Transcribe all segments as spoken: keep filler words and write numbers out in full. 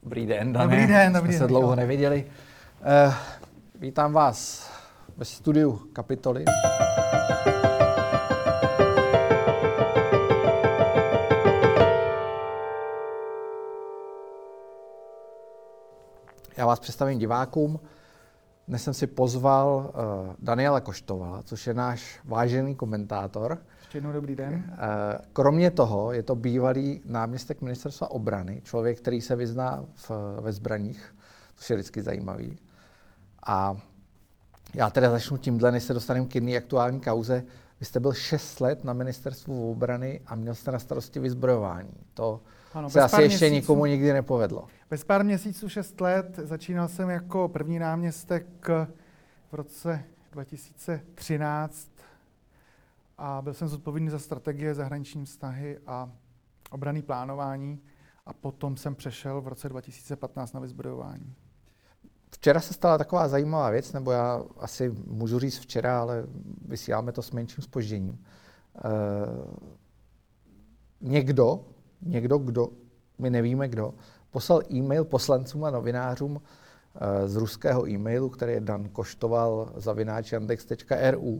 Dobrý den, Dane. Dobrý den, dobrý den. Jsme se dlouho neviděli. Uh, vítám vás ve studiu Kapitoly. Já vás představím divákům. Dnes jsem si pozval uh, Daniela Koštovala, což je náš vážený komentátor. Ještě jednou dobrý den. Uh, kromě toho je to bývalý náměstek ministerstva obrany, člověk, který se vyzná v, ve zbraních, což je vždycky zajímavý. A já teda začnu tímhle, než se dostaneme k jiné aktuální kauze. Vy jste byl šest let na ministerstvu obrany a měl jste na starosti vyzbrojování. To ano, se asi ještě měsíců, nikomu nikdy nepovedlo. Bez pár měsíců, šest let. Začínal jsem jako první náměstek v roce dva tisíce třináct a byl jsem zodpovědný za strategie, zahraniční vztahy a obranné plánování a potom jsem přešel v roce dva tisíce patnáct na vyzbrojování. Včera se stala taková zajímavá věc, nebo já asi můžu říct včera, ale vysíláme to s menším zpožděním. E, někdo, někdo, kdo, my nevíme kdo, poslal e-mail poslancům a novinářům e, z ruského e-mailu, který je Dan Koštoval zavináč yandex tečka er u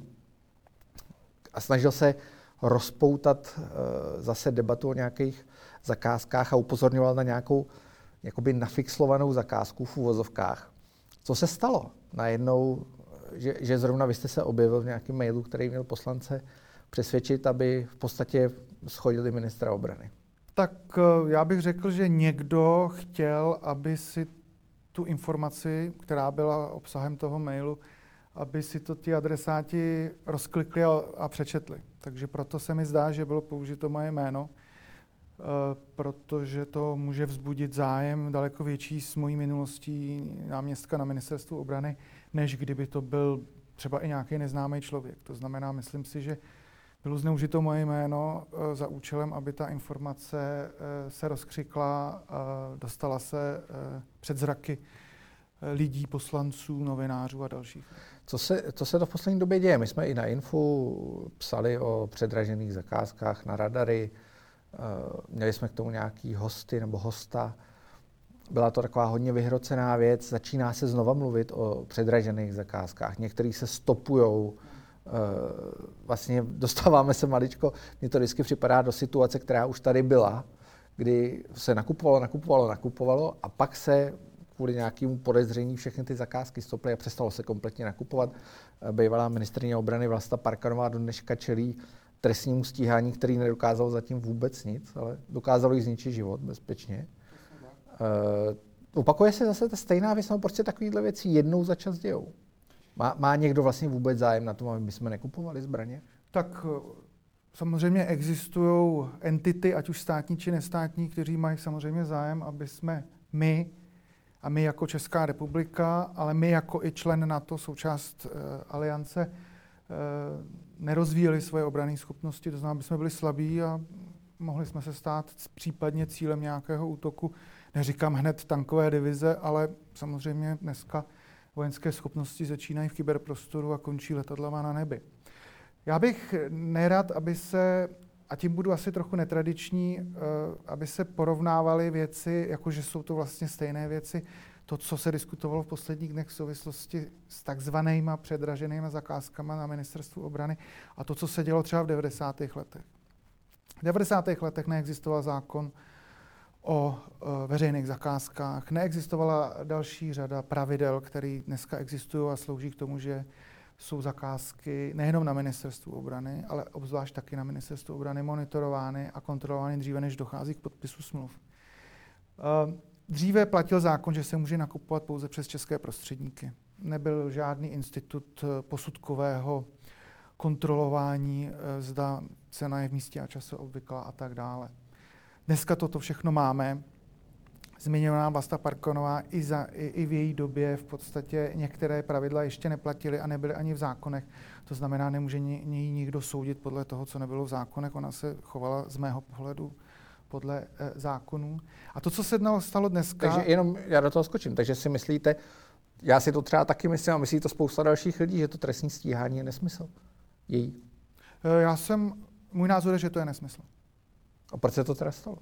a snažil se rozpoutat e, zase debatu o nějakých zakázkách a upozorňoval na nějakou jakoby nafixlovanou zakázku v uvozovkách. Co se stalo najednou, že, že zrovna vy jste se objevil v nějakém mailu, který měl poslance přesvědčit, aby v podstatě shodili ministra obrany? Tak já bych řekl, že někdo chtěl, aby si tu informaci, která byla obsahem toho mailu, aby si to ti adresáti rozklikli a, a přečetli. Takže proto se mi zdá, že bylo použito moje jméno, protože to může vzbudit zájem daleko větší s mojí minulostí náměstka na ministerstvu obrany, než kdyby to byl třeba i nějaký neznámý člověk. To znamená, myslím si, že bylo zneužito moje jméno za účelem, aby ta informace se rozkřikla, dostala se před zraky lidí, poslanců, novinářů a dalších. Co se, co se to v poslední době děje? My jsme i na Infu psali o předražených zakázkách na radary. Uh, měli jsme k tomu nějaký hosty nebo hosta. Byla to taková hodně vyhrocená věc. Začíná se znova mluvit o předražených zakázkách. Některý se stopujou. Uh, vlastně dostáváme se maličko, mně to vždycky připadá do situace, která už tady byla, kdy se nakupovalo, nakupovalo, nakupovalo a pak se kvůli nějakému podezření všechny ty zakázky stoply a přestalo se kompletně nakupovat. Bývalá ministryně obrany Vlasta Parkanová do dneška čelí trestnímu stíhání, který nedokázal zatím vůbec nic, ale dokázalo jí zničit život bezpečně. Uh, opakuje se zase ta stejná věc, nebo prostě takovýhle věci jednou za čas dějou? Má, má někdo vlastně vůbec zájem na tom, aby jsme nekupovali zbraně? Tak samozřejmě existují entity, ať už státní či nestátní, kteří mají samozřejmě zájem, aby jsme my, a my jako Česká republika, ale my jako i člen NATO, součást uh, aliance, uh, nerozvíjeli svoje obranné schopnosti, to znamená, aby jsme byli slabí a mohli jsme se stát případně cílem nějakého útoku. Neříkám hned tankové divize, ale samozřejmě dneska vojenské schopnosti začínají v kyberprostoru a končí letadlama na nebi. Já bych nerad, aby se, a tím budu asi trochu netradiční, aby se porovnávaly věci, jakože jsou to vlastně stejné věci, to, co se diskutovalo v posledních dnech v souvislosti s takzvanýma předraženýma zakázkama na ministerstvu obrany a to, co se dělo třeba v devadesátých letech. V devadesátých letech neexistoval zákon o e, veřejných zakázkách, neexistovala další řada pravidel, které dneska existují a slouží k tomu, že jsou zakázky nejenom na ministerstvu obrany, ale obzvlášť taky na ministerstvu obrany monitorovány a kontrolovány dříve, než dochází k podpisu smluv. E, Dříve platil zákon, že se může nakupovat pouze přes české prostředníky. Nebyl žádný institut posudkového kontrolování, zda cena je v místě a čase obvyklá a tak dále. Dneska toto všechno máme. Zmiňovaná Vlasta Parkanová i, za, i, i v její době v podstatě některé pravidla ještě neplatily a nebyly ani v zákonech. To znamená, nemůže ji nikdo soudit podle toho, co nebylo v zákonech. Ona se chovala z mého pohledu podle e, zákonů. A to, co se stalo dneska... Takže jenom já do toho skočím. Takže si myslíte, já si to třeba taky myslím a myslí to spousta dalších lidí, že to trestní stíhání je nesmysl? Její. E, já jsem... Můj názor je, že to je nesmysl. A proč se to teda stalo?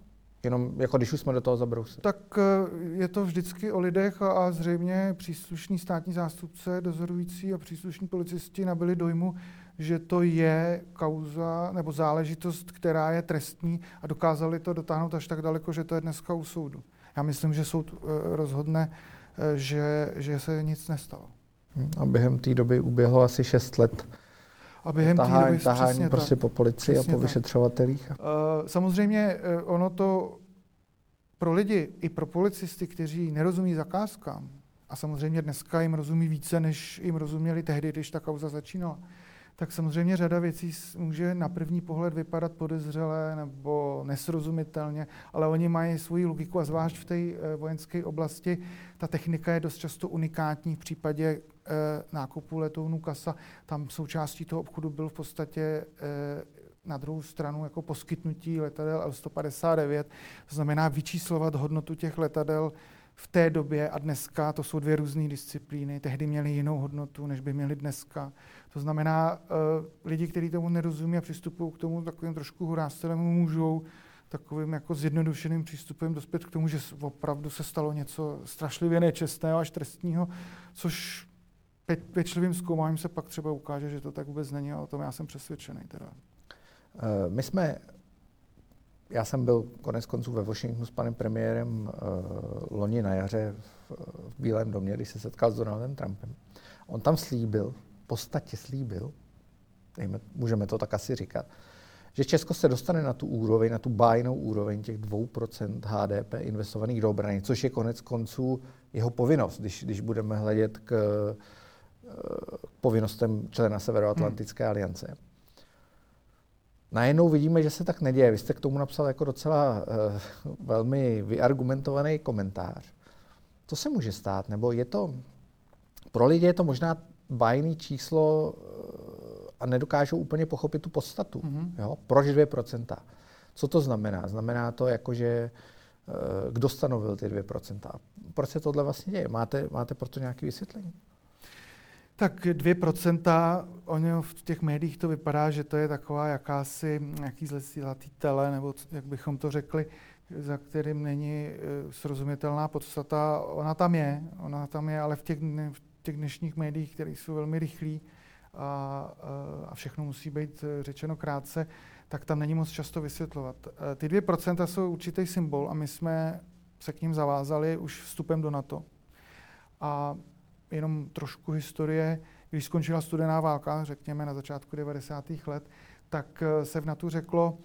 Jenom jako když už jsme do toho zabrousili. Tak je to vždycky o lidech a, a zřejmě příslušný státní zástupce, dozorující a příslušní policisti nabili dojmu, že to je kauza nebo záležitost, která je trestní a dokázali to dotáhnout až tak daleko, že to je dneska u soudu. Já myslím, že soud rozhodne, že, že se nic nestalo. A během té doby uběhlo asi šest let. A během tahání, té doby tahání prostě tak. po policii Přesně a po vyšetřovatelích. Uh, samozřejmě uh, ono to pro lidi i pro policisty, kteří nerozumí zakázkám, a samozřejmě dneska jim rozumí více, než jim rozuměli tehdy, když ta kauza začínala, tak samozřejmě řada věcí může na první pohled vypadat podezřelé nebo nesrozumitelně, ale oni mají svoji logiku a zvlášť v té uh, vojenské oblasti ta technika je dost často unikátní. V případě uh, nákupu letounů Casa, tam součástí toho obchodu byl v podstatě uh, na druhou stranu jako poskytnutí letadel el sto padesát devět, to znamená vyčíslovat hodnotu těch letadel v té době a dneska, to jsou dvě různé disciplíny, tehdy měly jinou hodnotu, než by měly dneska. To znamená, uh, lidi, kteří tomu nerozumí a přistupují k tomu takovým trošku hurástelem, můžou takovým jako zjednodušeným přístupem dospět k tomu, že opravdu se stalo něco strašlivě nečestného až trestního, což pečlivým zkoumáním se pak třeba ukáže, že to tak vůbec není a o tom já jsem přesvědčený teda. My jsme, já jsem byl konec konců ve Washingtonu s panem premiérem uh, loni na jaře v, v Bílém domě, když se setkal s Donaldem Trumpem. On tam slíbil, v podstatě slíbil, dejme, můžeme to tak asi říkat, že Česko se dostane na tu úroveň, na tu bájnou úroveň těch dvě procenta há dé pé investovaných do obrany, což je konec konců jeho povinnost, když, když budeme hledět k, k povinnostem člena Severoatlantické hmm. aliance. Najednou vidíme, že se tak neděje. Vy jste k tomu napsal jako docela uh, velmi vyargumentovaný komentář. To se může stát, nebo je to, pro lidi je to možná bájný číslo uh, a nedokážou úplně pochopit tu podstatu. Mm-hmm. Jo? Proč dvě procenta? Co to znamená? Znamená to, jako, že uh, kdo stanovil ty dvě procenta? Proč se tohle vlastně děje? Máte, máte pro to nějaké vysvětlení? Tak dvě procenta, ono v těch médiích to vypadá, že to je taková jakási, nějaký zlatý tele, nebo jak bychom to řekli, za kterým není srozumitelná podstata. Ona tam je, ona tam je, ale v těch, v těch dnešních médiích, které jsou velmi rychlí a, a všechno musí být řečeno krátce, tak tam není moc často vysvětlovat. Ty dvě procenta jsou určitý symbol a my jsme se k ním zavázali už vstupem do NATO. A jenom trošku historie, když skončila studená válka, řekněme na začátku devadesátých let, tak se v NATO řeklo,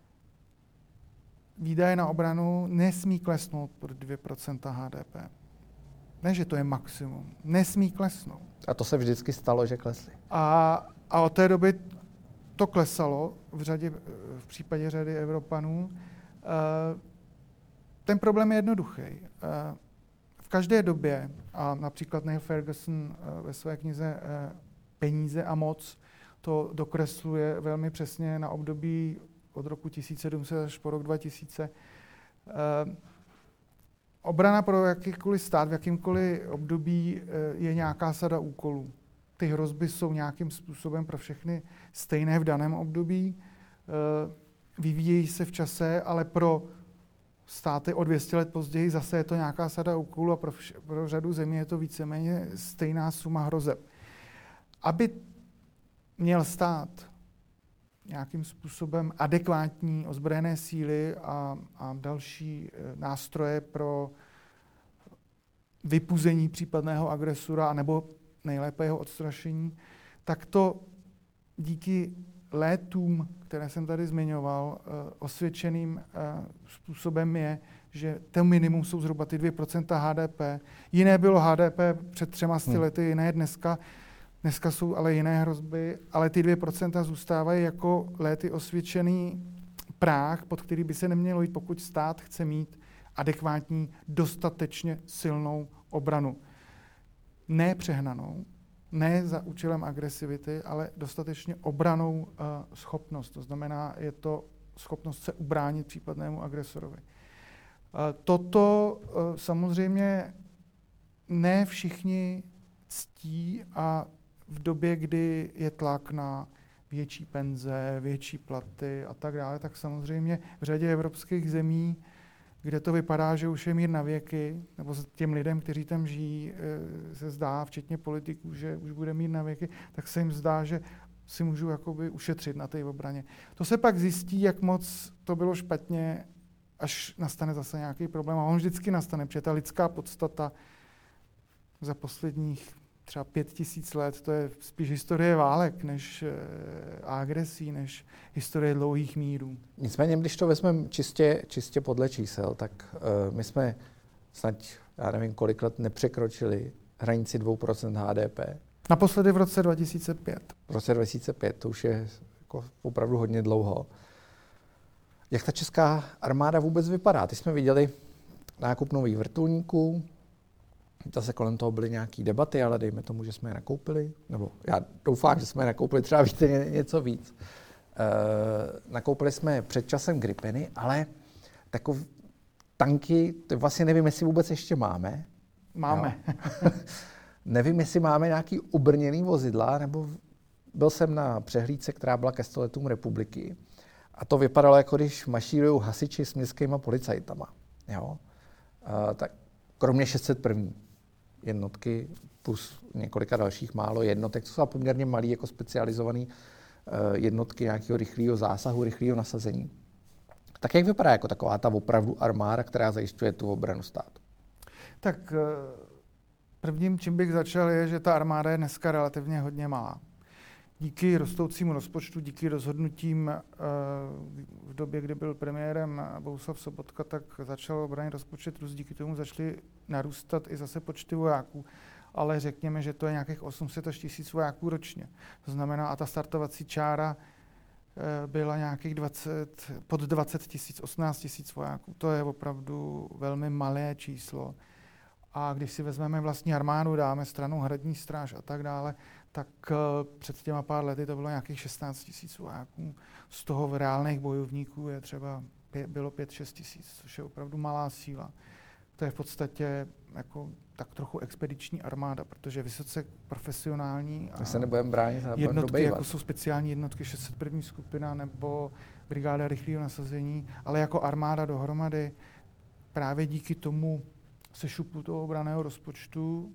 výdaje na obranu nesmí klesnout pod dvě procenta há dé pé. Ne, že to je maximum. Nesmí klesnout. A to se vždycky stalo, že klesly. A, a od té doby to klesalo v, řadě, v případě řady Evropanů. Ten problém je jednoduchý. V každé době, a například Neil Ferguson ve své knize Peníze a moc to dokresluje velmi přesně na období od roku tisíc sedm set až po rok dva tisíce. Obrana pro jakýkoliv stát v jakýmkoliv období je nějaká sada úkolů. Ty hrozby jsou nějakým způsobem pro všechny stejné v daném období. Vyvíjejí se v čase, ale pro státy o dvě stě let později zase je to nějaká sada úkolů a pro, vš- pro řadu zemí je to víceméně stejná suma hrozeb. Aby měl stát nějakým způsobem adekvátní ozbrojené síly a, a další e, nástroje pro vypuzení případného agresora nebo nejlépe jeho odstrašení, tak to díky létům, které jsem tady zmiňoval, osvědčeným způsobem je, že to minimum jsou zhruba ty dvě procenta há dé pé. Jiné bylo há dé pé před třema sty lety, jiné dneska. Dneska jsou ale jiné hrozby, ale ty dvě procenta zůstávají jako léty osvědčený práh, pod který by se nemělo jít, pokud stát chce mít adekvátní, dostatečně silnou obranu. Ne přehnanou, ne za účelem agresivity, ale dostatečně obranou uh, schopnost. To znamená, je to schopnost se ubránit případnému agresorovi. Uh, toto uh, samozřejmě ne všichni ctí a v době, kdy je tlak na větší penze, větší platy a tak dále, tak samozřejmě v řadě evropských zemí kde to vypadá, že už je mír na věky, nebo těm lidem, kteří tam žijí, se zdá, včetně politiků, že už bude mír na věky, tak se jim zdá, že si můžu jakoby ušetřit na té obraně. To se pak zjistí, jak moc to bylo špatně, až nastane zase nějaký problém. A on vždycky nastane, protože ta lidská podstata za posledních třeba pět tisíc let, to je spíš historie válek, než e, agresí, než historie dlouhých mírů. Nicméně, když to vezmeme čistě, čistě podle čísel, tak uh, my jsme snad, já nevím, kolik let nepřekročili hranici dvě procenta H D P. Naposledy v roce dva tisíce pět. V roce dva tisíce pět, to už je jako opravdu hodně dlouho. Jak ta česká armáda vůbec vypadá? Ty jsme viděli nákup nových vrtulníků, zase kolem toho byly nějaké debaty, ale dejme tomu, že jsme je nakoupili, nebo já doufám, že jsme je nakoupili, třeba víte ně, něco víc. E, nakoupili jsme před časem Gripeny, ale takové tanky, to vlastně nevím, jestli vůbec ještě máme. Máme. Nevím, jestli máme nějaký ubrněný vozidla, nebo byl jsem na přehlídce, která byla ke sto letům republiky. A to vypadalo, jako když mašírují hasiči s městskýma policajtama. Jo? E, tak kromě šest set jedna jednotky plus několika dalších málo jednotek, co jsou poměrně malý, jako specializované jednotky nějakého rychlého zásahu, rychlého nasazení. Tak jak vypadá jako taková ta opravdu armáda, která zajišťuje tu obranu státu? Tak prvním, čím bych začal, je, že ta armáda je dneska relativně hodně malá. Díky rostoucímu rozpočtu, díky rozhodnutím v době, kdy byl premiérem Bohuslav Sobotka, tak začal obranný rozpočet růst, díky tomu začaly narůstat i zase počty vojáků. Ale řekněme, že to je nějakých osm set až tisíc vojáků ročně. To znamená, a ta startovací čára byla nějakých dvacet, pod dvacet tisíc, osmnáct tisíc vojáků. To je opravdu velmi malé číslo. A když si vezmeme vlastní armádu, dáme stranou hradní stráž a tak dále, tak před těma pár lety to bylo nějakých šestnáct tisíc vojáků. Z toho v reálných bojovníků je třeba pě, bylo pět šest tisíc, což je opravdu malá síla. To je v podstatě jako tak trochu expediční armáda, protože vysoce profesionální My se nebudeme bránit, ale jednotky, jako jsou speciální jednotky šest set jedna skupina nebo brigáda rychlého nasazení, ale jako armáda dohromady právě díky tomu sešupu toho obranného rozpočtu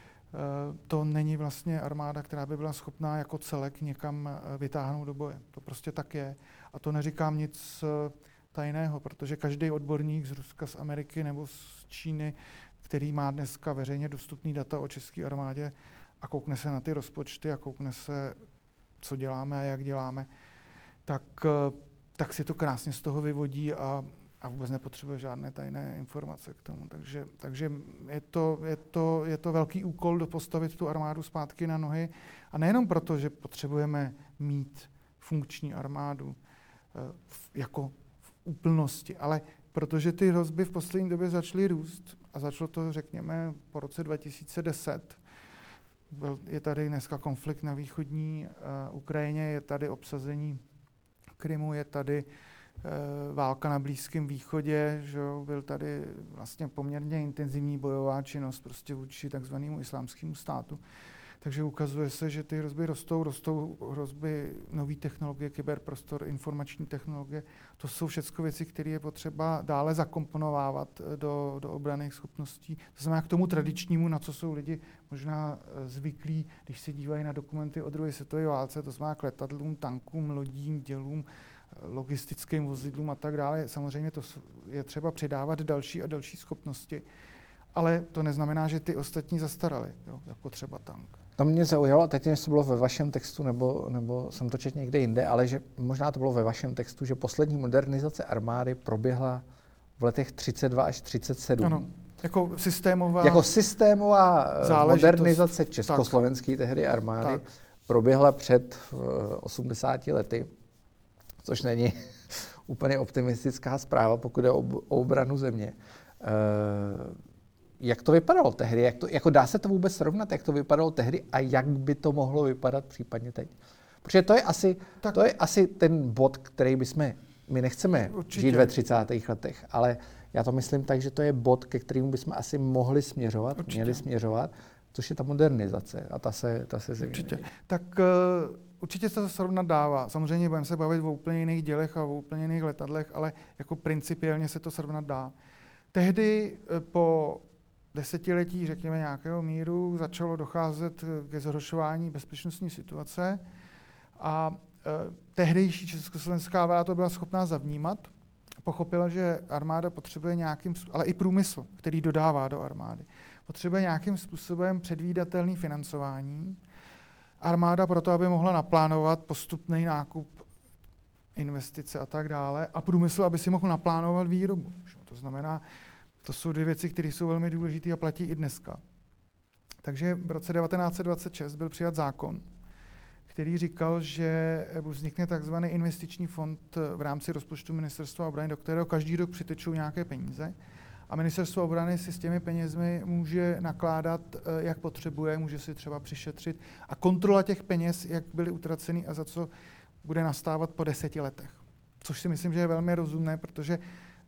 to není vlastně armáda, která by byla schopná jako celek někam vytáhnout do boje. To prostě tak je. A to neříkám nic tajného, protože každý odborník z Ruska, z Ameriky nebo z Číny, který má dneska veřejně dostupný data o české armádě a koukne se na ty rozpočty a koukne se, co děláme a jak děláme, tak, tak si to krásně z toho vyvodí a, a vůbec nepotřebuje žádné tajné informace k tomu. Takže, takže je, to, je, to, je to velký úkol dopostavit tu armádu zpátky na nohy. A nejenom proto, že potřebujeme mít funkční armádu v, jako v úplnosti, ale protože ty hrozby v poslední době začaly růst a začalo to, řekněme, po roce dva tisíce deset. Byl, je tady dneska konflikt na východní uh, Ukrajině, je tady obsazení Krymu, je tady uh, válka na Blízkém východě, že byl tady vlastně poměrně intenzivní bojová činnost prostě vůči takzvanému islámskému státu. Takže ukazuje se, že ty hrozby rostou, rostou hrozby nové technologie, kyberprostor, informační technologie. To jsou všechno věci, které je potřeba dále zakomponovávat do, do obranných schopností. To znamená k tomu tradičnímu, na co jsou lidi možná zvyklí, když se dívají na dokumenty o druhé světové válce, to znamená k letadlům, tankům, lodím, dělům, logistickým vozidlům a tak dále. Samozřejmě to je třeba přidávat další a další schopnosti. Ale to neznamená, že ty ostatní zastaraly, jo, jako třeba tank. To mě zaujalo, teď jestli to bylo ve vašem textu, nebo, nebo jsem to četl někde jinde, ale že možná to bylo ve vašem textu, že poslední modernizace armády proběhla v letech třicet dva až třicet sedm. Ano, jako systémová, jako systémová modernizace československé tehdy armády tak. proběhla před uh, osmdesáti lety, což není úplně optimistická zpráva, pokud je o, o obranu země. Uh, Jak to vypadalo tehdy? Jak to, jako dá se to vůbec srovnat, jak to vypadalo tehdy a jak by to mohlo vypadat případně teď? Protože to je asi, tak, to je asi ten bod, který bychom, my nechceme určitě žít ve třicátých letech, ale já to myslím tak, že to je bod, ke kterému bychom asi mohli směřovat, určitě. měli směřovat, což je ta modernizace a ta se, ta se určitě. Změní. Tak uh, určitě se to srovnat dává. Samozřejmě budeme se bavit o úplně jiných dělech a o úplně jiných letadlech, ale jako principiálně se to srovnat dá. Tehdy po desetiletí, řekněme, nějakého míru začalo docházet ke zhoršování bezpečnostní situace a eh, tehdejší československá vláda to byla schopná zavnímat. Pochopila, že armáda potřebuje nějakým, ale i průmysl, který dodává do armády, potřebuje nějakým způsobem předvídatelné financování. Armáda proto, aby mohla naplánovat postupný nákup, investice a tak dále, a průmysl, aby si mohl naplánovat výrobu. To znamená, to jsou dvě věci, které jsou velmi důležité a platí i dneska. Takže v roce devatenáct set dvacet šest byl přijat zákon, který říkal, že vznikne takzvaný investiční fond v rámci rozpočtu Ministerstva obrany, do kterého každý rok přitečou nějaké peníze. A Ministerstvo obrany si s těmi penězmi může nakládat, jak potřebuje, může si třeba přišetřit. A kontrola těch peněz, jak byly utraceny a za co, bude nastávat po deseti letech. Což si myslím, že je velmi rozumné, protože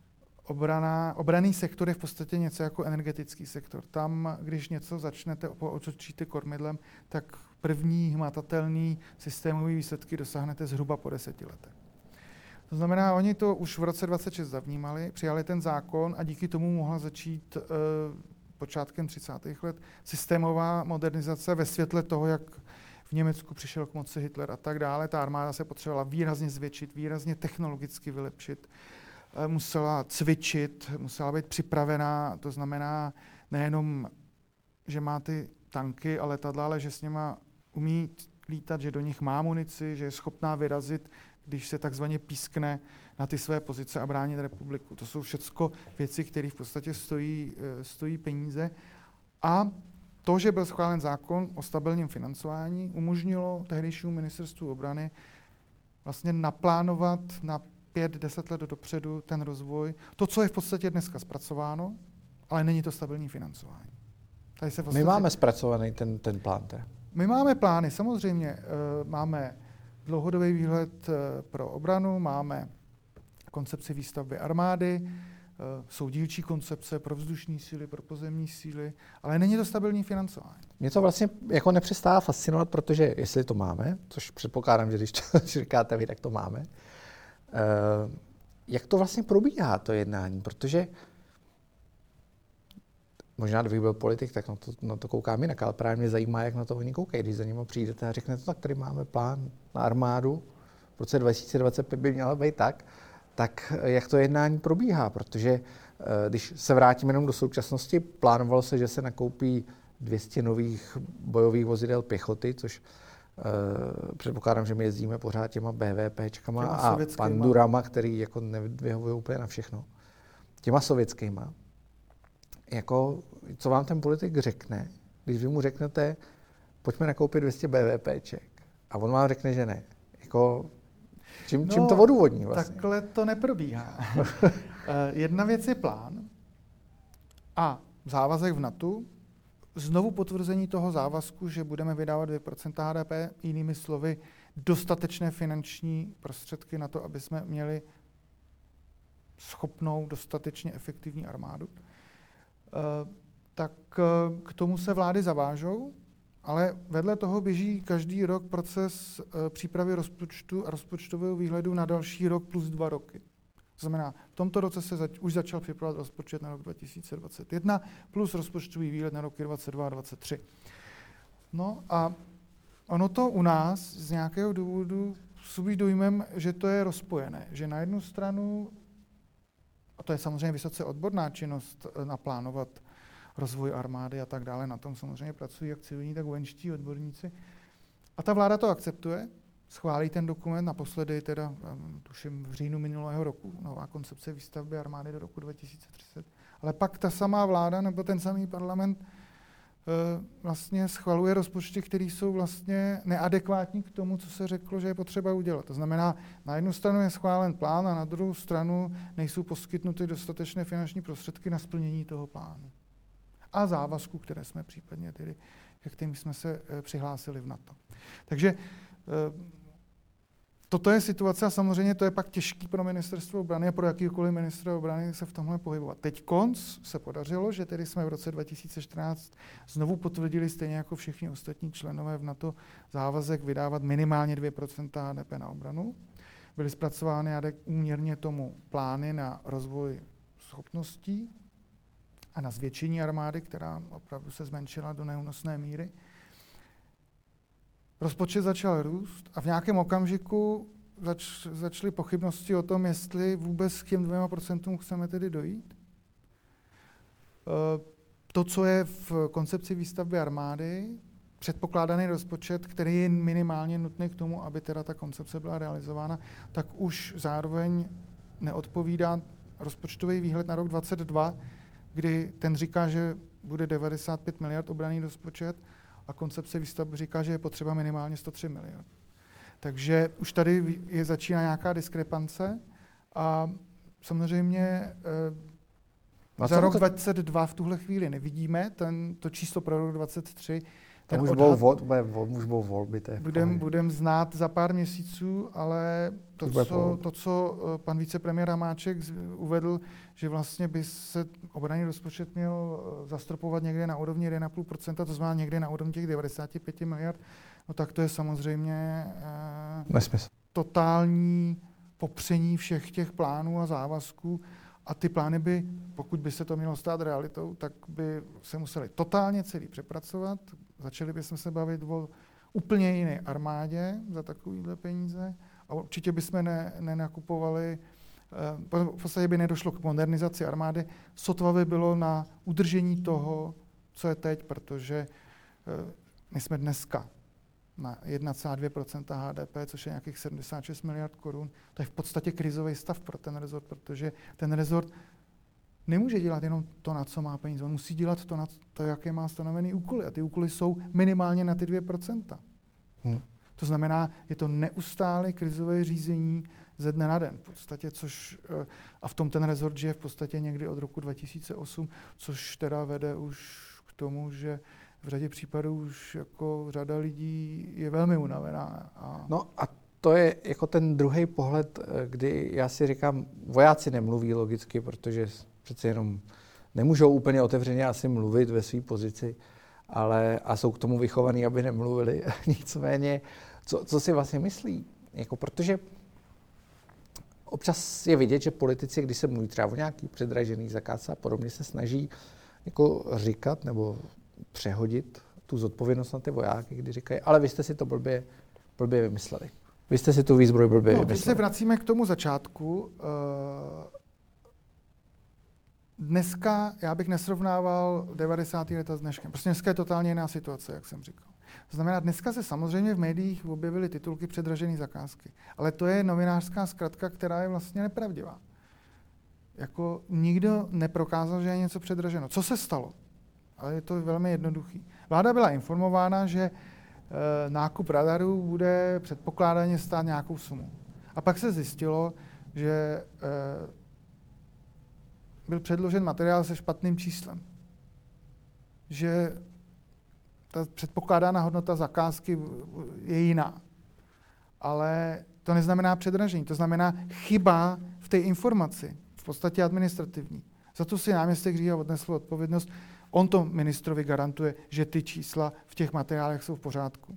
obrana, obranný sektor je v podstatě něco jako energetický sektor. Tam, když něco začnete, otočíte kormidlem, tak první hmatatelný systémový výsledky dosáhnete zhruba po deseti letech. To znamená, oni to už v roce dvacet šest zavnímali, přijali ten zákon a díky tomu mohla začít uh, počátkem třicátých let systémová modernizace ve světle toho, jak v Německu přišel k moci Hitler a tak dále. Ta armáda se potřebovala výrazně zvětšit, výrazně technologicky vylepšit, uh, musela cvičit, musela být připravená, to znamená nejenom, že má ty tanky a letadla, ale že s nima umí lítat, že do nich má munici, že je schopná vyrazit, když se takzvaně pískne na ty své pozice a bránit republiku. To jsou všecko věci, které v podstatě stojí, stojí peníze. A to, že byl schválen zákon o stabilním financování, umožnilo tehdejšímu ministerstvu obrany vlastně naplánovat na pět, deset let dopředu ten rozvoj. To, co je v podstatě dneska zpracováno, ale není to stabilní financování. Tady se podstatě... My máme zpracovaný ten, ten plán. Teda. My máme plány, samozřejmě. Uh, máme dlouhodobý výhled uh, pro obranu, máme koncepci výstavby armády, uh, jsou dílčí koncepce pro vzdušní síly, pro pozemní síly, ale není to stabilní financování. Mě to vlastně jako nepřestává fascinovat, protože jestli to máme, což předpokládám, že když to říkáte vy, tak to máme, uh, jak to vlastně probíhá, to jednání, protože možná, kdybych byl politik, tak na to, na to koukám jinak, ale právě mě zajímá, jak na to oni koukají, když za nimi přijdete a řeknete, tak tady máme plán na armádu, v roce dva tisíce dvacet pět by měla být tak, tak jak to jednání probíhá, protože když se vrátíme jenom do současnosti, plánovalo se, že se nakoupí dvě stě nových bojových vozidel pěchoty, což uh, předpokládám, že my jezdíme pořád těma BVPčkama těma a Pandurama, který jako nevyhovují úplně na všechno. Těma sovětskýma. Jako, co vám ten politik řekne, když vy mu řeknete, pojďme nakoupit dvě stě BVPček a on vám řekne, že ne. Jako, čím, no, čím to odůvodní vlastně? Takhle to neprobíhá. Jedna věc je plán a závazek v NATO, znovu potvrzení toho závazku, že budeme vydávat dvě procenta H D P, jinými slovy dostatečné finanční prostředky na to, aby jsme měli schopnou, dostatečně efektivní armádu. Uh, tak uh, k tomu se vlády zavážou, ale vedle toho běží každý rok proces uh, přípravy rozpočtu a rozpočtového výhledu na další rok plus dva roky. To znamená, v tomto roce se zač- už začal připravovat rozpočet na rok dva tisíce dvacet jedna plus rozpočtový výhled na roky dvacet dva a dvacet tři. No a ono to u nás z nějakého důvodu působí dojmem, že to je rozpojené, že na jednu stranu, a to je samozřejmě vysoce odborná činnost, naplánovat rozvoj armády a tak dále. Na tom samozřejmě pracují jak civilní, tak vojenští odborníci. A ta vláda to akceptuje, schválí ten dokument, naposledy teda, tuším, v říjnu minulého roku, nová koncepce výstavby armády do roku dva tisíce třicet. Ale pak ta samá vláda nebo ten samý parlament e, vlastně schvaluje rozpočty, které jsou vlastně neadekvátní k tomu, co se řeklo, že je potřeba udělat. To znamená, na jednu stranu je schválen plán a na druhou stranu nejsou poskytnuty dostatečné finanční prostředky na splnění toho plánu. A závazků, které jsme případně tedy, jak kterým jsme se e, přihlásili v NATO. Takže e, toto je situace a samozřejmě to je pak těžký pro ministerstvo obrany a pro jakýkoliv ministra obrany se v tomhle pohybovat. Teď konc se podařilo, že tedy jsme v roce dva tisíce čtrnáct znovu potvrdili stejně jako všichni ostatní členové v NATO závazek vydávat minimálně dvě procenta H D P na obranu. Byly zpracovány úměrně tomu plány na rozvoj schopností a na zvětšení armády, která opravdu se zmenšila do neúnosné míry. Rozpočet začal růst a v nějakém okamžiku zač, začaly pochybnosti o tom, jestli vůbec k těm dvěma procentům chceme tedy dojít. To, co je v koncepci výstavby armády, předpokládaný rozpočet, který je minimálně nutný k tomu, aby teda ta koncepce byla realizována, tak už zároveň neodpovídá rozpočtový výhled na rok dvacet dva, kdy ten říká, že bude devadesát pět miliard obranný rozpočet a koncepce výstavby říká, že je potřeba minimálně sto tři miliard. Takže už tady je, začíná nějaká diskrepance a samozřejmě eh, za rok to... dvacet dva v tuhle chvíli nevidíme, ten, to číslo pro rok dvacet tři. Tam už budou, vol, už budou volby. Budeme budem znát za pár měsíců, ale to, co, to, co pan vicepremiér Hamáček uvedl, že vlastně by se obranný rozpočet měl zastropovat někde na úrovni jedna celá pět procenta, to znamená někde na úrovni těch devadesát pět miliard, no tak to je samozřejmě nesmysl. Totální popření všech těch plánů a závazků. A ty plány by, pokud by se to mělo stát realitou, tak by se museli totálně celý přepracovat. Začali bychom se bavit o úplně jiné armádě za takovýhle peníze a určitě bychom ne, nenakupovali, v podstatě by nedošlo k modernizaci armády, sotva by bylo na udržení toho, co je teď, protože my jsme dneska na jedna celá dvě procenta H D P, což je nějakých sedmdesát šest miliard korun. To je v podstatě krizový stav pro ten rezort, protože ten rezort nemůže dělat jenom to, na co má peníze. On musí dělat to, na to, jaké má stanovený úkoly. A ty úkoly jsou minimálně na ty dvě procenta. Hmm. To znamená, je to neustálé krizové řízení ze dne na den. V podstatě, což, a v tom ten rezort žije v podstatě někdy od roku dva tisíce osm, což teda vede už k tomu, že v řadě případů už jako řada lidí je velmi unavená. A... No a to je jako ten druhý pohled, kdy já si říkám, vojáci nemluví logicky, protože přece jenom nemůžou úplně otevřeně asi mluvit ve své pozici, ale a jsou k tomu vychovaní, aby nemluvili. Nicméně, co, co si vlastně myslí? Jako protože občas je vidět, že politici, když se mluví třeba o nějaký předražený zakázce a podobně, se snaží jako říkat nebo přehodit tu zodpovědnost na ty vojáky, kdy říkají, ale vy jste si to blbě, blbě vymysleli. Vy jste si tu výzbroj blbě no, vymysleli. Teď se vracíme k tomu začátku. Dneska já bych nesrovnával devadesátá léta s dneškem. Prostě dneska je totálně jiná situace, jak jsem říkal. To znamená, dneska se samozřejmě v médiích objevily titulky předražené zakázky. Ale to je novinářská zkratka, která je vlastně nepravdivá. Jako nikdo neprokázal, že je něco předraženo. Co se stalo? Ale je to velmi jednoduchý. Vláda byla informována, že e, nákup radarů bude předpokládaně stát nějakou sumu. A pak se zjistilo, že e, byl předložen materiál se špatným číslem. Že ta předpokládaná hodnota zakázky je jiná. Ale to neznamená předražení, to znamená chyba v té informaci, v podstatě administrativní. Za to si náměstek Říha odnesl odpovědnost. On to ministrovi garantuje, že ty čísla v těch materiálech jsou v pořádku.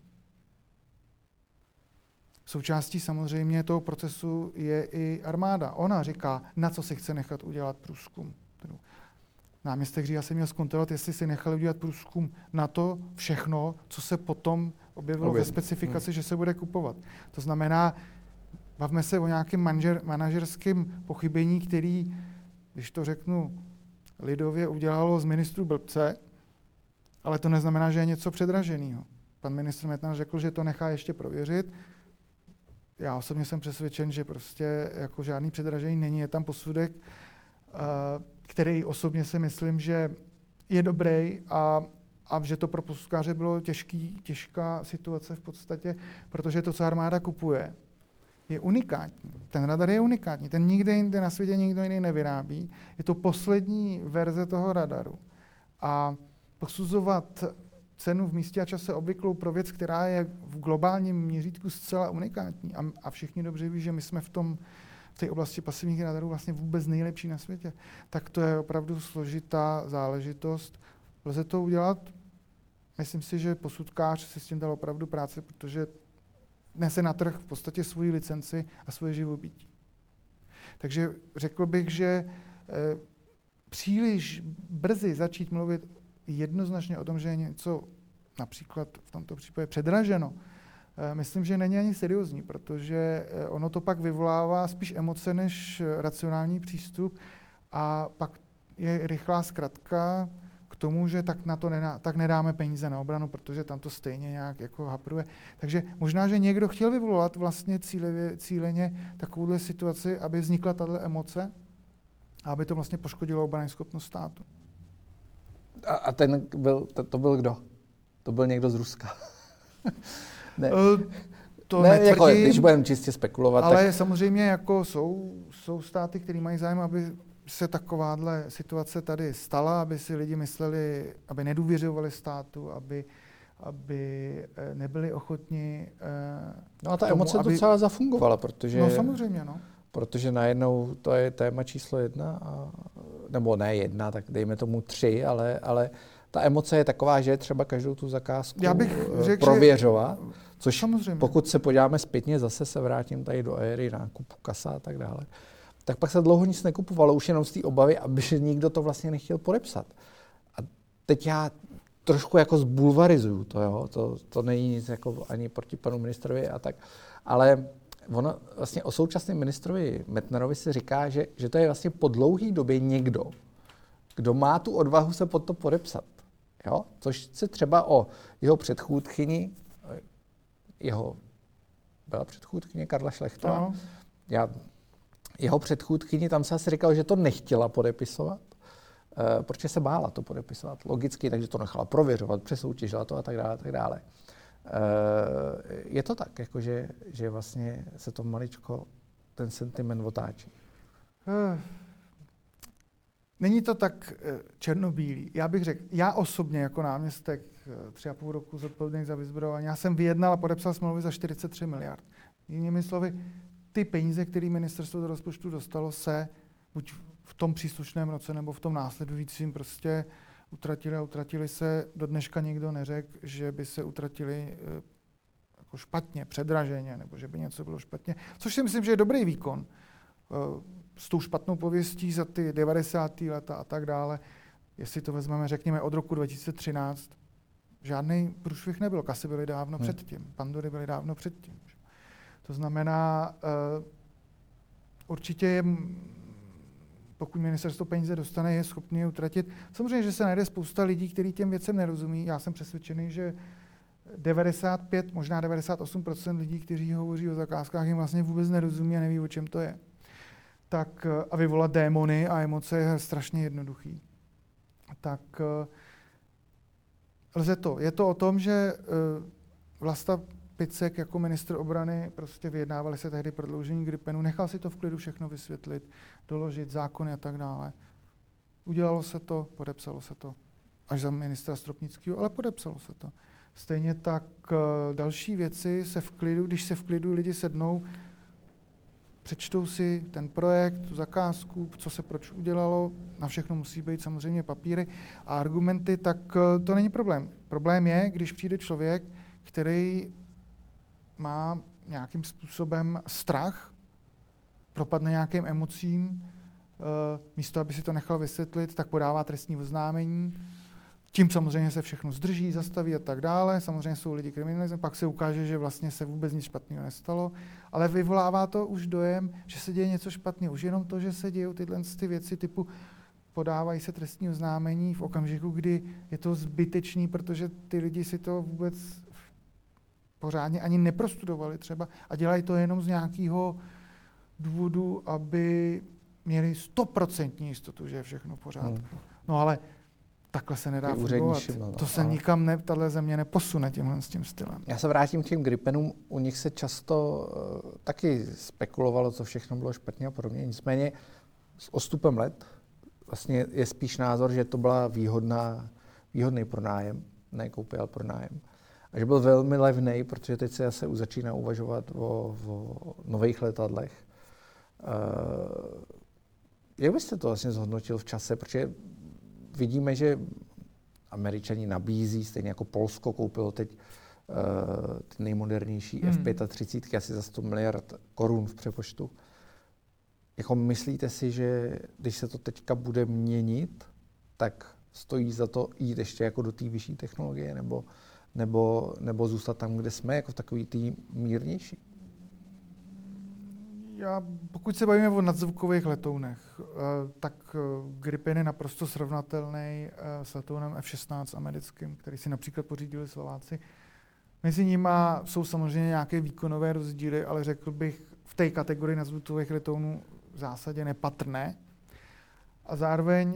Součástí samozřejmě toho procesu je i armáda. Ona říká, na co si chce nechat udělat průzkum. Náměstek Říha se měl zkontrolovat, jestli si nechali udělat průzkum na to všechno, co se potom objevilo Obě. ve specifikaci, hmm. že se bude kupovat. To znamená, bavme se o nějakém manažer, manažerském pochybení, který, když to řeknu lidově, udělalo z ministrů blbce, ale to neznamená, že je něco předraženého. Pan ministr Metnar řekl, že to nechá ještě prověřit. Já osobně jsem přesvědčen, že prostě jako žádný předražení není, je tam posudek, který osobně si myslím, že je dobrý a, a že to pro posudkáře bylo těžký, těžká situace v podstatě, protože to, co armáda kupuje, je unikátní. Ten radar je unikátní, ten nikde jinde na světě nikdo jiný nevyrábí. Je to poslední verze toho radaru. A posuzovat cenu v místě a čase obvyklou pro věc, která je v globálním měřítku zcela unikátní. A, a všichni dobře ví, že my jsme v tom v té oblasti pasivních radarů vlastně vůbec nejlepší na světě. Tak to je opravdu složitá záležitost. Lze to udělat? Myslím si, že posudkář si s tím dal opravdu práci, protože nese na trh v podstatě svoji licenci a svoje živobytí. Takže řekl bych, že příliš brzy začít mluvit jednoznačně o tom, že je něco například v tomto případě předraženo, myslím, že není ani seriózní, protože ono to pak vyvolává spíš emoce než racionální přístup a pak je rychlá zkratka k tomu, že tak na to nedá, tak nedáme peníze na obranu, protože tam to stejně nějak jako hapruje. Takže možná, že někdo chtěl vyvolat vlastně cílevě, cíleně takovouhle situaci, aby vznikla tato emoce a aby to vlastně poškodilo obranyschopnost státu. A, a ten byl, to, to byl kdo? To byl někdo z Ruska? Ne, uh, to ne netvrdím, jako, když budeme čistě spekulovat. Ale tak... samozřejmě jako jsou, jsou státy, které mají zájem, aby se takováhle situace tady stala, aby si lidi mysleli, aby nedůvěřovali státu, aby, aby nebyli ochotni. No a ta tomu, emoce aby... docela zafungovala, protože... No samozřejmě, no. Protože najednou to je téma číslo jedna, a, nebo ne jedna, tak dejme tomu tři, ale, ale ta emoce je taková, že je třeba každou tu zakázku Já bych řekl, prověřovat, což samozřejmě. Pokud se podíváme zpětně, zase se vrátím tady do éry nákupu kasa a tak dále, tak pak se dlouho nic nekupovalo, už jenom z té obavy, aby nikdo to vlastně nechtěl podepsat. A teď já trošku jako zbulvarizuju to, jo, to, to není nic jako ani proti panu ministrovi a tak, ale ono vlastně o současném ministrovi Metnarovi se říká, že, že to je vlastně po dlouhé době někdo, kdo má tu odvahu se pod to podepsat. Jo? Což se třeba o jeho předchůdkyni, jeho byla předchůdkyně Karla Šlechtová, no. Já, jeho předchůdkyni, tam se asi říkalo, že to nechtěla podepisovat, uh, protože se bála to podepisovat. Logicky, takže to nechala prověřovat, přesoutěžila to a tak dále, a tak dále. Je to tak, jakože, že vlastně se to maličko, ten sentiment otáčí? Není to tak černobílý. Já bych řekl, já osobně jako náměstek tři a půl roku zodpovědný za vyzbrojování, já jsem vyjednal a podepsal smlouvy za čtyřicet tři miliard. Jinými slovy, ty peníze, které ministerstvo do rozpočtu dostalo, se buď v tom příslušném roce nebo v tom následujícím prostě utratili a utratili se, do dneška nikdo neřekl, že by se utratili jako špatně, předraženě, nebo že by něco bylo špatně, což si myslím, že je dobrý výkon. S tou špatnou pověstí za ty devadesátá léta a tak dále, jestli to vezmeme, řekněme, od roku dva tisíce třináct, žádný průšvih nebylo, kasy byly dávno hmm. předtím, pandory byly dávno předtím. To znamená, určitě je, pokud ministerstvo peníze dostane, je schopný je utratit. Samozřejmě, že se najde spousta lidí, kteří těm věcem nerozumí. Já jsem přesvědčený, že devadesát pět, možná devadesát osm procent lidí, kteří hovoří o zakázkách, jim vlastně vůbec nerozumí a neví, o čem to je. Tak a vyvolat démony a emoce je strašně jednoduchý. Tak lze to. Je to o tom, že Vlasta Picek jako ministr obrany prostě vyjednávali se tehdy prodloužení Gripenu, nechal si to v klidu všechno vysvětlit, doložit zákony a tak dále. Udělalo se to, podepsalo se to, až za ministra Stropnického, ale podepsalo se to. Stejně tak další věci se v klidu, když se v klidu lidi sednou, přečtou si ten projekt, tu zakázku, co se proč udělalo, na všechno musí být samozřejmě papíry a argumenty, tak to není problém. Problém je, když přijde člověk, který má nějakým způsobem strach, propadne nějakým emocím, místo, aby si to nechal vysvětlit, tak podává trestní oznámení. Tím samozřejmě se všechno zdrží, zastaví a tak dále. Samozřejmě jsou lidi kriminalizovaní, pak se ukáže, že vlastně se vůbec nic špatného nestalo, ale vyvolává to už dojem, že se děje něco špatného. Už jenom to, že se dějí tyhle ty věci typu podávají se trestní oznámení v okamžiku, kdy je to zbytečný, protože ty lidi si to vůbec pořádně ani neprostudovali třeba a dělají to jenom z nějakého důvodu, aby měli stoprocentní jistotu, že je všechno v pořádku. Hmm. No ale takhle se nedá fungovat. To se nikam ne, tahle země neposune tímhle s tím stylem. Já se vrátím k těm Gripenům. U nich se často uh, taky spekulovalo, co všechno bylo špatně a podobně. Nicméně s odstupem let vlastně je spíš názor, že to byla výhodná, výhodný pronájem, ne koupě, ale pronájem. A že byl velmi levný, protože teď se zase začíná uvažovat o, o nových letadlech. Uh, jak byste to vlastně zhodnotil v čase? Protože vidíme, že Američani nabízí, stejně jako Polsko koupilo teď uh, ty nejmodernější hmm. F třicet pět, asi za sto miliard korun v přepočtu. jako myslíte si, že když se to teďka bude měnit, tak stojí za to jít ještě jako do té vyšší technologie, nebo, nebo, nebo zůstat tam, kde jsme, jako v takový tý mírnější? Já, pokud se bavíme o nadzvukových letounech, tak Gripen je naprosto srovnatelný s letounem F šestnáct americkým, který si například pořídili Slováci. Mezi nimi jsou samozřejmě nějaké výkonové rozdíly, ale řekl bych v té kategorii nadzvukových letounů v zásadě nepatrné. A zároveň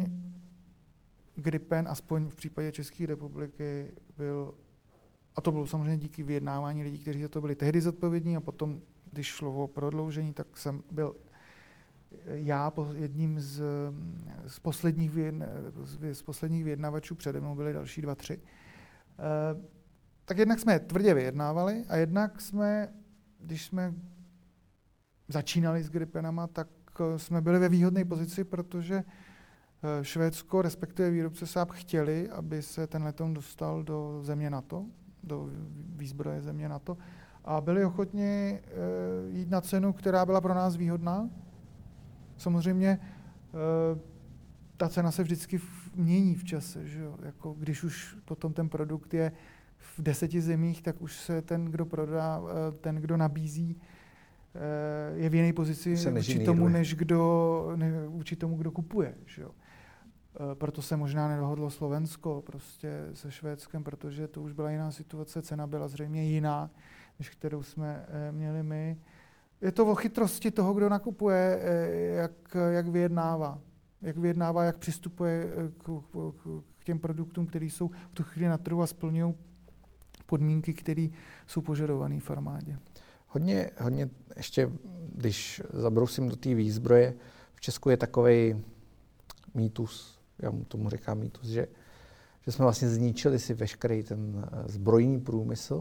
Gripen, aspoň v případě České republiky, byl, a to bylo samozřejmě díky vyjednávání lidí, kteří za to byli tehdy zodpovědní, a potom, když šlo o prodloužení, tak jsem byl já jedním z, z, posledních, vyjedna, z posledních vyjednavačů, přede mnou byli další dva, tři. E, tak jednak jsme tvrdě vyjednávali a jednak jsme, když jsme začínali s Gripenama, tak jsme byli ve výhodné pozici, protože Švédsko, respektive výrobce Saab, chtěli, aby se ten letoun dostal do země NATO, do výzbroje země NATO, a byli ochotni jít na cenu, která byla pro nás výhodná. Samozřejmě ta cena se vždycky mění v čase, že jo? Jako když už potom ten produkt je v deseti zemích, tak už se ten, kdo prodá, ten, kdo nabízí, je v jiné pozici vůči tomu, než kdo, ne, vůči tomu, kdo kupuje. Že jo? Proto se možná nedohodlo Slovensko prostě se Švédskem, protože to už byla jiná situace, cena byla zřejmě jiná, než kterou jsme měli my. Je to o chytrosti toho, kdo nakupuje, jak, jak vyjednává. Jak vyjednává, jak přistupuje k, k, k těm produktům, které jsou v tu chvíli na trhu a splňují podmínky, které jsou požadované v armádě. Hodně, hodně ještě, když zabrousím do té výzbroje, v Česku je takovej mýtus, já mu tomu říkám mýtus, že, že jsme vlastně zničili si veškerý ten zbrojní průmysl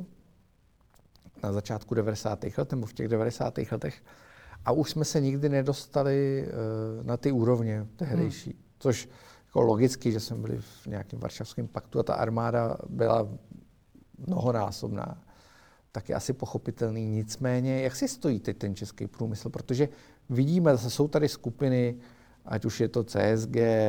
na začátku devadesátých let nebo v těch devadesátých letech a už jsme se nikdy nedostali uh, na ty úrovně tehdejší, hmm. což jako logicky, že jsme byli v nějakém Varšavském paktu a ta armáda byla mnohonásobná, tak je asi pochopitelný. Nicméně, jak si stojí teď ten český průmysl? Protože vidíme, zase jsou tady skupiny, ať už je to C S G,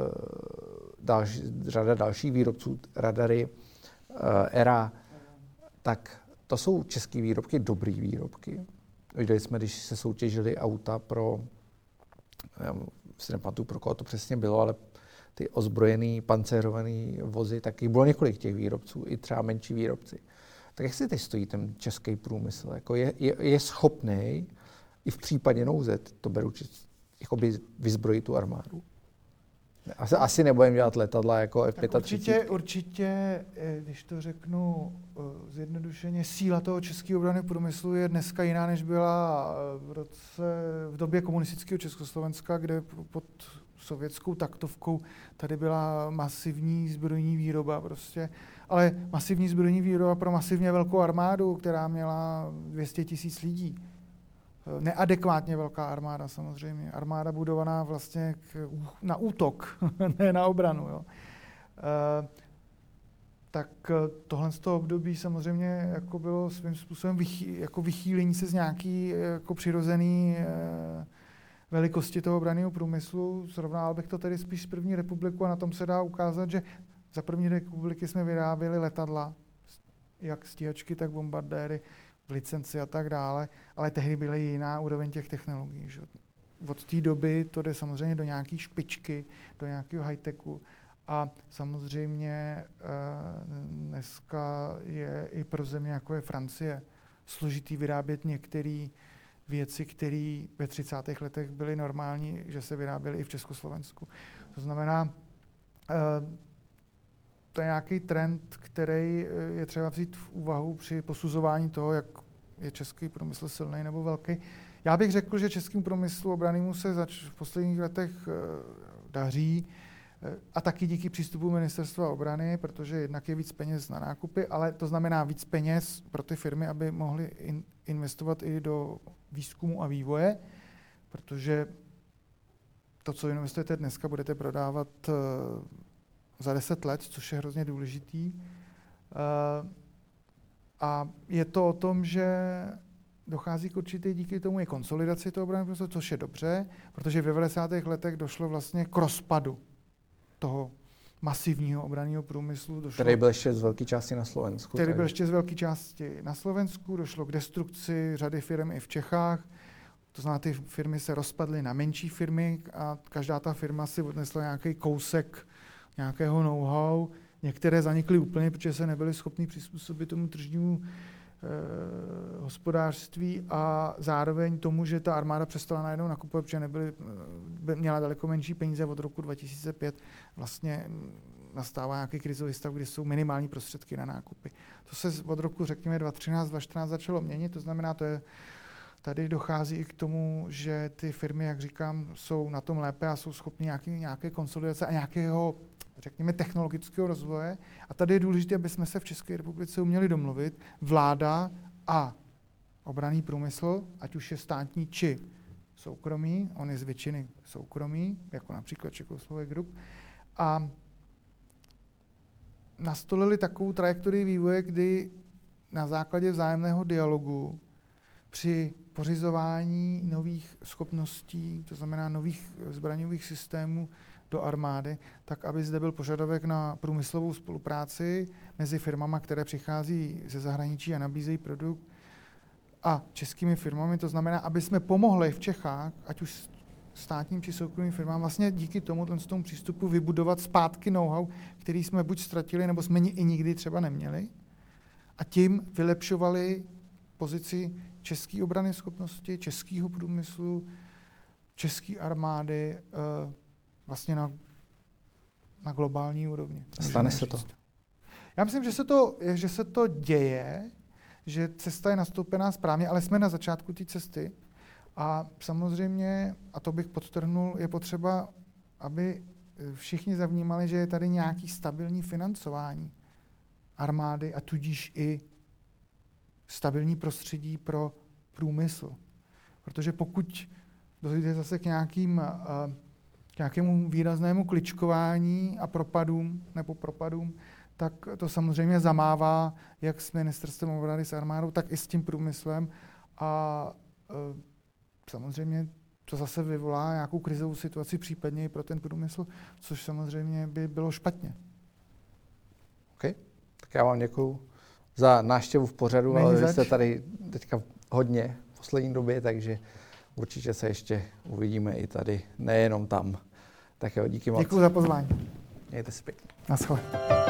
další, řada dalších výrobců, radary, E R A, tak to jsou české výrobky, dobrý výrobky. Viděli jsme, když se soutěžili auta pro, já si nepamatuju, pro koho to přesně bylo, ale ty ozbrojený, pancérovaný vozy, tak jich bylo několik těch výrobců, i třeba menší výrobci. Tak jak si teď stojí ten český průmysl? Jako je, je, je schopný i v případě nouze, to beru, jakoby vyzbrojit tu armádu? Asi, asi nebudeme dělat letadla jako F třicet pět. Určitě, určitě, když to řeknu zjednodušeně, síla toho českého obranného průmyslu je dneska jiná, než byla v, roce, v době komunistického Československa, kde pod sovětskou taktovkou tady byla masivní zbrojní výroba prostě, ale masivní zbrojní výroba pro masivně velkou armádu, která měla dvě stě tisíc lidí. Neadekvátně velká armáda samozřejmě. Armáda budovaná vlastně k, na útok, ne na obranu. Jo. E, tak tohle z toho období samozřejmě jako bylo svým způsobem vychý, jako vychýlení se z nějaký jako přirozený e, velikosti toho obranného průmyslu. Srovnal bych to tedy spíš s první republikou a na tom se dá ukázat, že za první republiky jsme vyráběli letadla, jak stíhačky, tak bombardéry, v licenci a tak dále, ale tehdy byla jiná úroveň těch technologií. Že? Od té doby to jde samozřejmě do nějaké špičky, do nějakého high-techu a samozřejmě dneska je i pro země, jako je Francie, složitý vyrábět některé věci, které ve třicátých letech byly normální, že se vyráběly i v Československu. To znamená, to je nějaký trend, který je třeba vzít v úvahu při posuzování toho, jak je český průmysl silný nebo velký. Já bych řekl, že českému průmyslu obrannému se zač- v posledních letech daří a taky díky přístupu Ministerstva obrany, protože jednak je víc peněz na nákupy, ale to znamená víc peněz pro ty firmy, aby mohly in- investovat i do výzkumu a vývoje, protože to, co investujete dneska, budete prodávat za deset let, což je hrozně důležitý. A je to o tom, že dochází k určitě díky tomu i konsolidaci toho obranného průmyslu, což je dobře, protože v devadesátých letech došlo vlastně k rozpadu toho masivního obranného průmyslu. Došlo, který byl ještě z velké části na Slovensku. Který byl ještě z velké části na Slovensku, došlo k destrukci řady firm i v Čechách. To znamená, ty firmy se rozpadly na menší firmy a každá ta firma si odnesla nějaký kousek nějakého know-how. Některé zanikly úplně, protože se nebyly schopny přizpůsobit tomu tržnímu eh, hospodářství a zároveň tomu, že ta armáda přestala najednou nakupovat, protože nebyly, měla daleko menší peníze od roku dva tisíce pět. Vlastně nastává nějaký krizový stav, kdy jsou minimální prostředky na nákupy. To se od roku, řekněme, dva tisíce třináct dva tisíce čtrnáct začalo měnit, to znamená, to je tady dochází i k tomu, že ty firmy, jak říkám, jsou na tom lépe a jsou schopny nějaký, nějaké konsolidace a nějakého, řekněme, technologického rozvoje. A tady je důležité, aby jsme se v České republice uměli domluvit, vláda a obranný průmysl, ať už je státní či soukromý, on je z většiny soukromý, jako například Čechoslovak Group, a nastolili takovou trajektorii vývoje, kdy na základě vzájemného dialogu při pořizování nových schopností, to znamená nových zbraňových systémů do armády, tak aby zde byl požadavek na průmyslovou spolupráci mezi firmami, které přichází ze zahraničí a nabízejí produkt, a českými firmami. To znamená, aby jsme pomohli v Čechách, ať už státním či soukromým firmám, vlastně díky tomu, tomu přístupu vybudovat zpátky know-how, který jsme buď ztratili, nebo jsme i nikdy třeba neměli, a tím vylepšovali pozici české obrany schopnosti, českého průmyslu, české armády vlastně na, na globální úrovni. Stane se to? Já myslím, že se to, že se to děje, že cesta je nastoupená správně, ale jsme na začátku té cesty. A samozřejmě, a to bych podtrhnul, je potřeba, aby všichni zavnímali, že je tady nějaký stabilní financování armády a tudíž i stabilní prostředí pro průmysl. Protože pokud dojde zase k, nějakým, k nějakému výraznému kličkování a propadům nebo propadům, tak to samozřejmě zamává jak s ministerstvem obrany, s armádou, tak i s tím průmyslem. A samozřejmě to zase vyvolá nějakou krizovou situaci, případně i pro ten průmysl, což samozřejmě by bylo špatně. OK, tak já vám děkuju za návštěvu v pořadu, Není ale zač. vy jste tady teďka hodně v poslední době, takže určitě se ještě uvidíme i tady, nejenom tam. Tak jo, díky moc. Děkuji za pozvání. Mějte se pěkně. Naschle.